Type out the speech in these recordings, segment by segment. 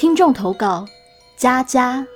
听众投稿佳佳。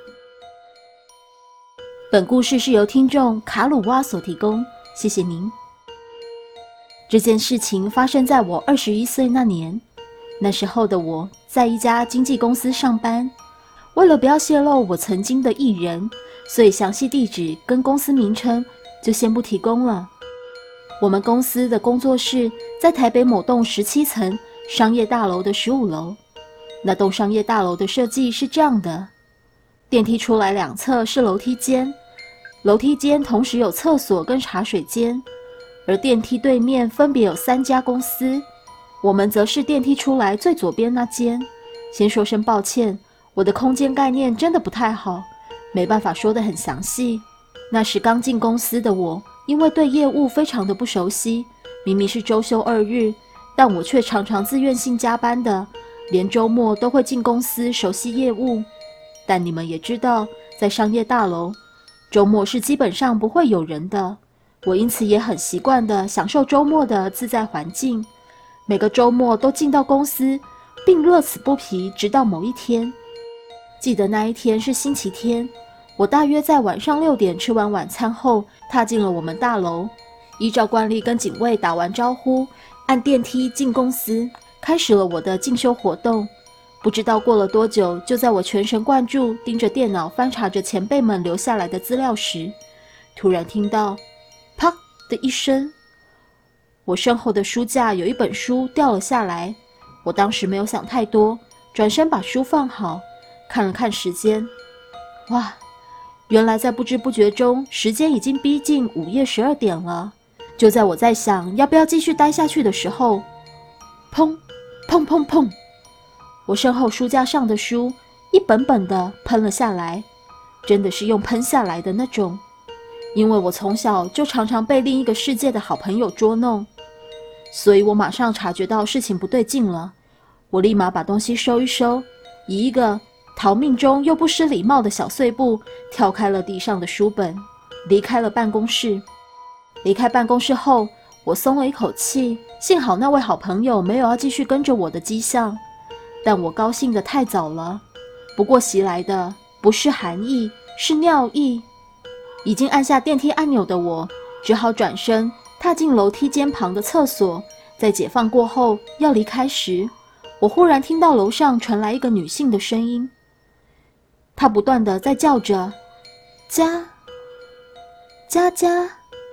本故事是由听众卡鲁哇所提供，谢谢您。这件事情发生在我21岁那年，那时候的我在一家经纪公司上班，为了不要泄露我曾经的艺人，所以详细地址跟公司名称就先不提供了。我们公司的工作室在台北某栋17层商业大楼的15楼。那栋商业大楼的设计是这样的，电梯出来两侧是楼梯间，楼梯间同时有厕所跟茶水间，而电梯对面分别有3家公司，我们则是电梯出来最左边那间。先说声抱歉，我的空间概念真的不太好，没办法说得很详细。那时刚进公司的我，因为对业务非常的不熟悉，明明是周休2日，但我却常常自愿性加班的，连周末都会进公司熟悉业务。但你们也知道，在商业大楼，周末是基本上不会有人的。我因此也很习惯的享受周末的自在环境，每个周末都进到公司，并乐此不疲，直到某一天。记得那一天是星期天，我大约在晚上6点吃完晚餐后，踏进了我们大楼，依照惯例跟警卫打完招呼，按电梯进公司，开始了我的进修活动。不知道过了多久，就在我全神贯注盯着电脑翻查着前辈们留下来的资料时，突然听到啪的一声，我身后的书架有一本书掉了下来。我当时没有想太多，转身把书放好，看了看时间，哇，原来在不知不觉中，时间已经逼近午夜12点了。就在我在想要不要继续待下去的时候，砰砰砰砰，我身后书架上的书一本本的喷了下来，真的是用喷下来的那种。因为我从小就常常被另一个世界的好朋友捉弄，所以我马上察觉到事情不对劲了。我立马把东西收一收，以一个逃命中又不失礼貌的小碎步跳开了地上的书本，离开了办公室。离开办公室后，我松了一口气，幸好那位好朋友没有要继续跟着我的迹象，但我高兴得太早了。不过袭来的不是寒意，是尿意。已经按下电梯按钮的我，只好转身踏进楼梯间旁的厕所。在解放过后要离开时，我忽然听到楼上传来一个女性的声音，她不断地在叫着佳佳佳。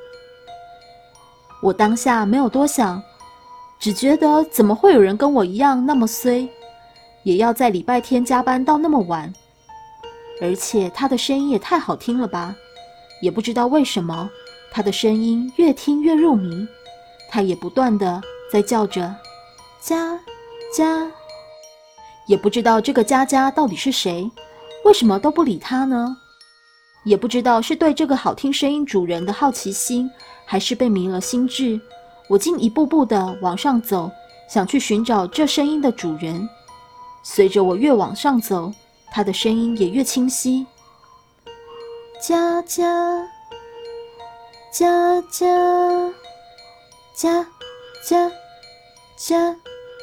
我当下没有多想，只觉得怎么会有人跟我一样那么衰，也要在礼拜天加班到那么晚，而且她的声音也太好听了吧。也不知道为什么，她的声音越听越入迷，她也不断地在叫着佳佳。也不知道这个佳佳到底是谁，为什么都不理她呢？也不知道是对这个好听声音主人的好奇心，还是被迷了心智，我竟一步步地往上走，想去寻找这声音的主人。随着我越往上走，他的声音也越清晰。佳佳佳佳佳佳佳，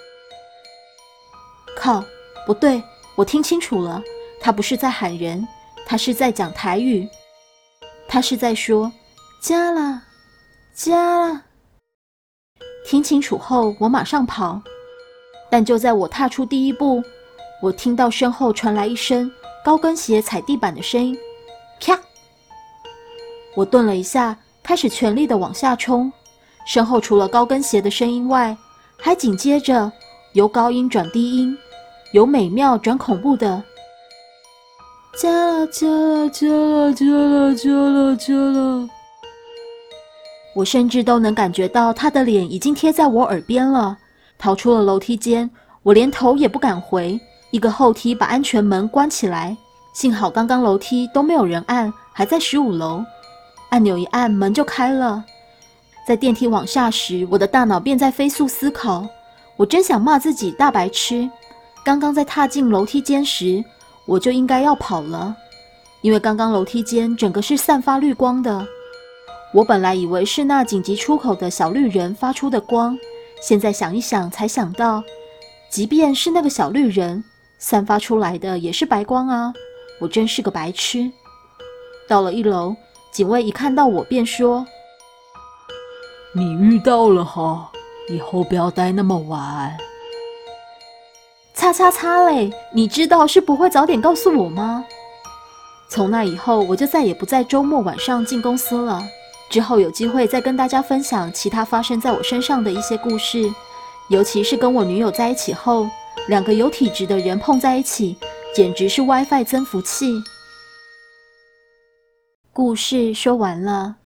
靠，不对，我听清楚了，他不是在喊人，他是在讲台语，他是在说加啦加啦。听清楚后，我马上跑，但就在我踏出第一步，我听到身后传来一声高跟鞋踩地板的声音，啪！我顿了一下，开始全力地往下冲，身后除了高跟鞋的声音外，还紧接着由高音转低音，由美妙转恐怖的加啦加啦加啦加啦加啦加啦。我甚至都能感觉到他的脸已经贴在我耳边了。逃出了楼梯间，我连头也不敢回，一个后梯把安全门关起来。幸好刚刚楼梯都没有人按，还在15楼，按钮一按，门就开了。在电梯往下时，我的大脑便在飞速思考，我真想骂自己大白痴。刚刚在踏进楼梯间时，我就应该要跑了，因为刚刚楼梯间整个是散发绿光的。我本来以为是那紧急出口的小绿人发出的光，现在想一想才想到，即便是那个小绿人， 散发出来的也是白光啊，我真是个白痴。到了1楼，警卫一看到我便说： 你遇到了哈，以后不要待那么晚。 擦擦擦嘞，你知道是不会早点告诉我吗？从那以后，我就再也不在周末晚上进公司了。之后有机会再跟大家分享其他发生在我身上的一些故事，尤其是跟我女友在一起后，2个有体质的人碰在一起，简直是 WiFi 增幅器。故事说完了。